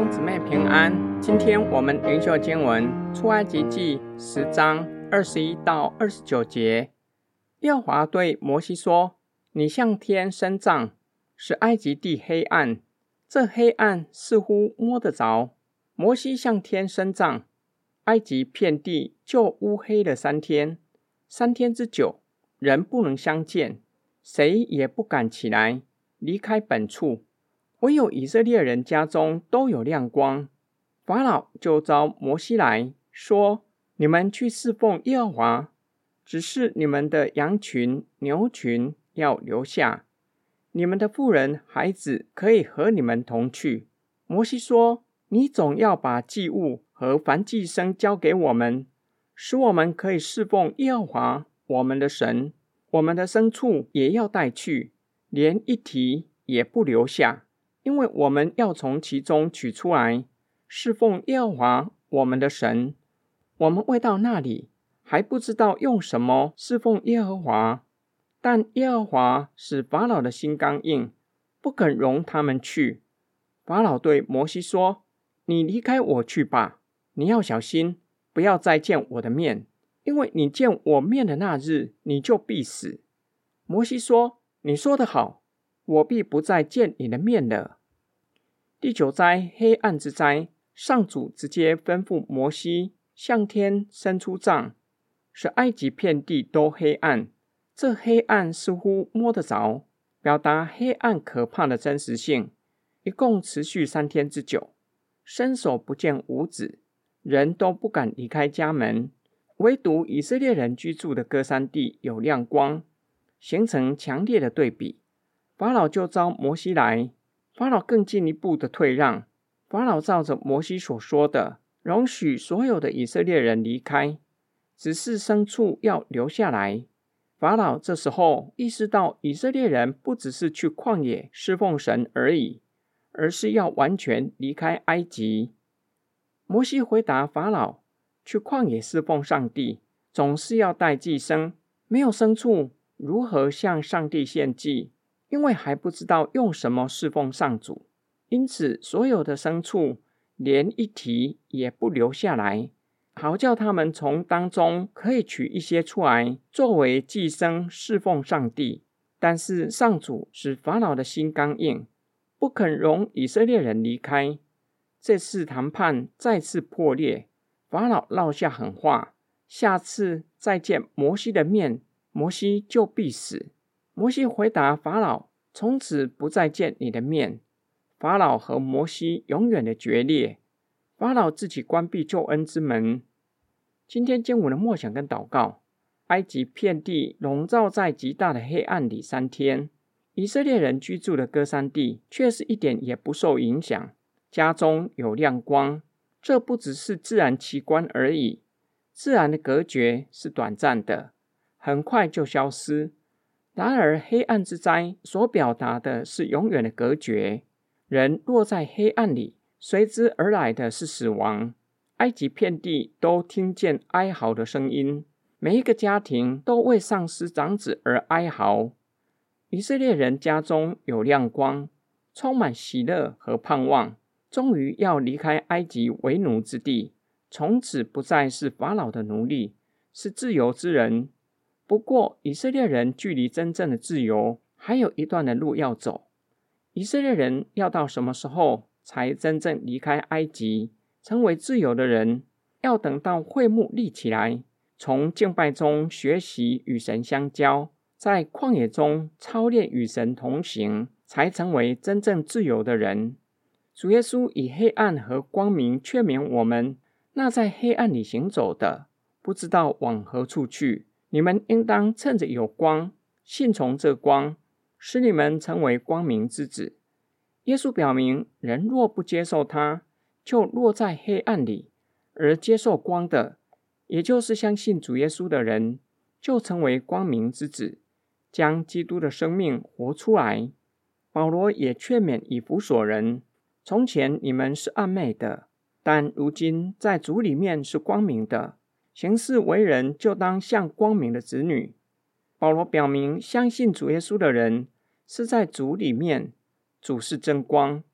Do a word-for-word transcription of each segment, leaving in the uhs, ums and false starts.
兄姊妹平安。今天我们灵修经文出埃及记十章二十一到二十九节。耶和华对摩西说：你向天伸杖，使埃及地黑暗，这黑暗似乎摸得着。摩西向天伸杖，埃及遍地就乌黑了三天，三天之久，人不能相见，谁也不敢起来离开本处，唯有以色列人家中都有亮光。法老就召摩西来说：你们去侍奉耶和华，只是你们的羊群牛群要留下，你们的妇人孩子可以和你们同去。摩西说：你总要把祭物和燔祭牲交给我们，使我们可以侍奉耶和华我们的神。我们的牲畜也要带去，连一蹄也不留下，因为我们要从其中取出来侍奉耶和华我们的神。我们未到那里，还不知道用什么侍奉耶和华，但耶和华使法老的心刚硬，不肯容他们去。法老对摩西说：你离开我去吧，你要小心，不要再见我的面，因为你见我面的那日，你就必死。摩西说：你说得好，我必不再见你的面了。第九灾，黑暗之灾。上主直接吩咐摩西向天伸出杖，使埃及遍地都黑暗，这黑暗似乎摸得着，表达黑暗可怕的真实性。一共持续三天之久，伸手不见五指，人都不敢离开家门，唯独以色列人居住的歌珊地有亮光，形成强烈的对比。法老就召摩西来，法老更进一步的退让。法老照着摩西所说的，容许所有的以色列人离开，只是牲畜要留下来。法老这时候意识到，以色列人不只是去旷野侍奉神而已，而是要完全离开埃及。摩西回答法老，去旷野侍奉上帝，总是要带祭牲，没有牲畜如何向上帝献祭？因为还不知道用什么侍奉上主，因此所有的牲畜连一蹄也不留下来，好叫他们从当中可以取一些出来，作为祭牲侍奉上帝。但是上主使法老的心刚硬，不肯容以色列人离开。这次谈判再次破裂，法老落下狠话，下次再见摩西的面，摩西就必死。摩西回答法老，从此不再见你的面。法老和摩西永远的决裂，法老自己关闭救恩之门。今天经文的默想跟祷告，埃及遍地笼罩在极大的黑暗里三天，以色列人居住的歌珊地却是一点也不受影响，家中有亮光。这不只是自然奇观而已，自然的隔绝是短暂的，很快就消失。然而黑暗之灾所表达的是永远的隔绝，人落在黑暗里，随之而来的是死亡。埃及遍地都听见哀嚎的声音，每一个家庭都为丧失长子而哀嚎。以色列人家中有亮光，充满喜乐和盼望，终于要离开埃及为奴之地，从此不再是法老的奴隶，是自由之人。不过以色列人距离真正的自由还有一段的路要走。以色列人要到什么时候才真正离开埃及，成为自由的人？要等到会幕立起来，从敬拜中学习与神相交，在旷野中操练与神同行，才成为真正自由的人。主耶稣以黑暗和光明劝勉我们，那在黑暗里行走的，不知道往何处去。你们应当趁着有光，信从这光，使你们成为光明之子。耶稣表明，人若不接受他，就落在黑暗里；而接受光的，也就是相信主耶稣的人，就成为光明之子，将基督的生命活出来。保罗也劝勉以弗所人，从前你们是暗昧的，但如今在主里面是光明的，行事为人就当像光明的子女。保罗表明，相信主耶稣的人是在主里面，主是真光，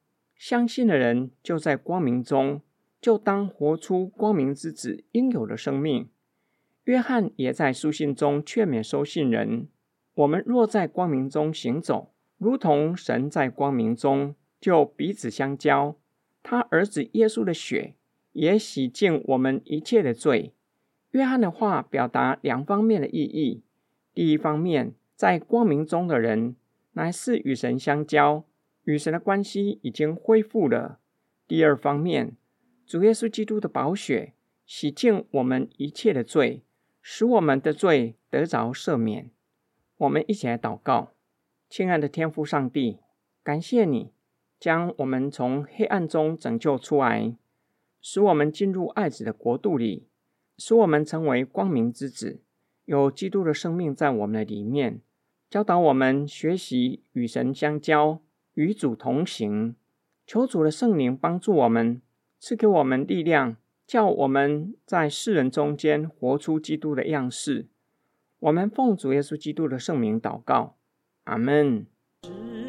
相信的人就在光明中，就当活出光明之子应有的生命。约翰也在书信中劝勉收信人，我们若在光明中行走，如同神在光明中，就彼此相交。他儿子耶稣的血也洗净我们一切的罪。约翰的话表达两方面的意义。第一方面，在光明中的人乃是与神相交，与神的关系已经恢复了。第二方面，主耶稣基督的宝血洗净我们一切的罪，使我们的罪得着赦免。我们一起来祷告。亲爱的天父上帝，感谢你将我们从黑暗中拯救出来，使我们进入爱子的国度里，使我们成为光明之子，有基督的生命在我们的里面，教导我们学习与神相交，与主同行。求主的圣灵帮助我们，赐给我们力量，叫我们在世人中间活出基督的样式。我们奉主耶稣基督的圣名祷告，阿们。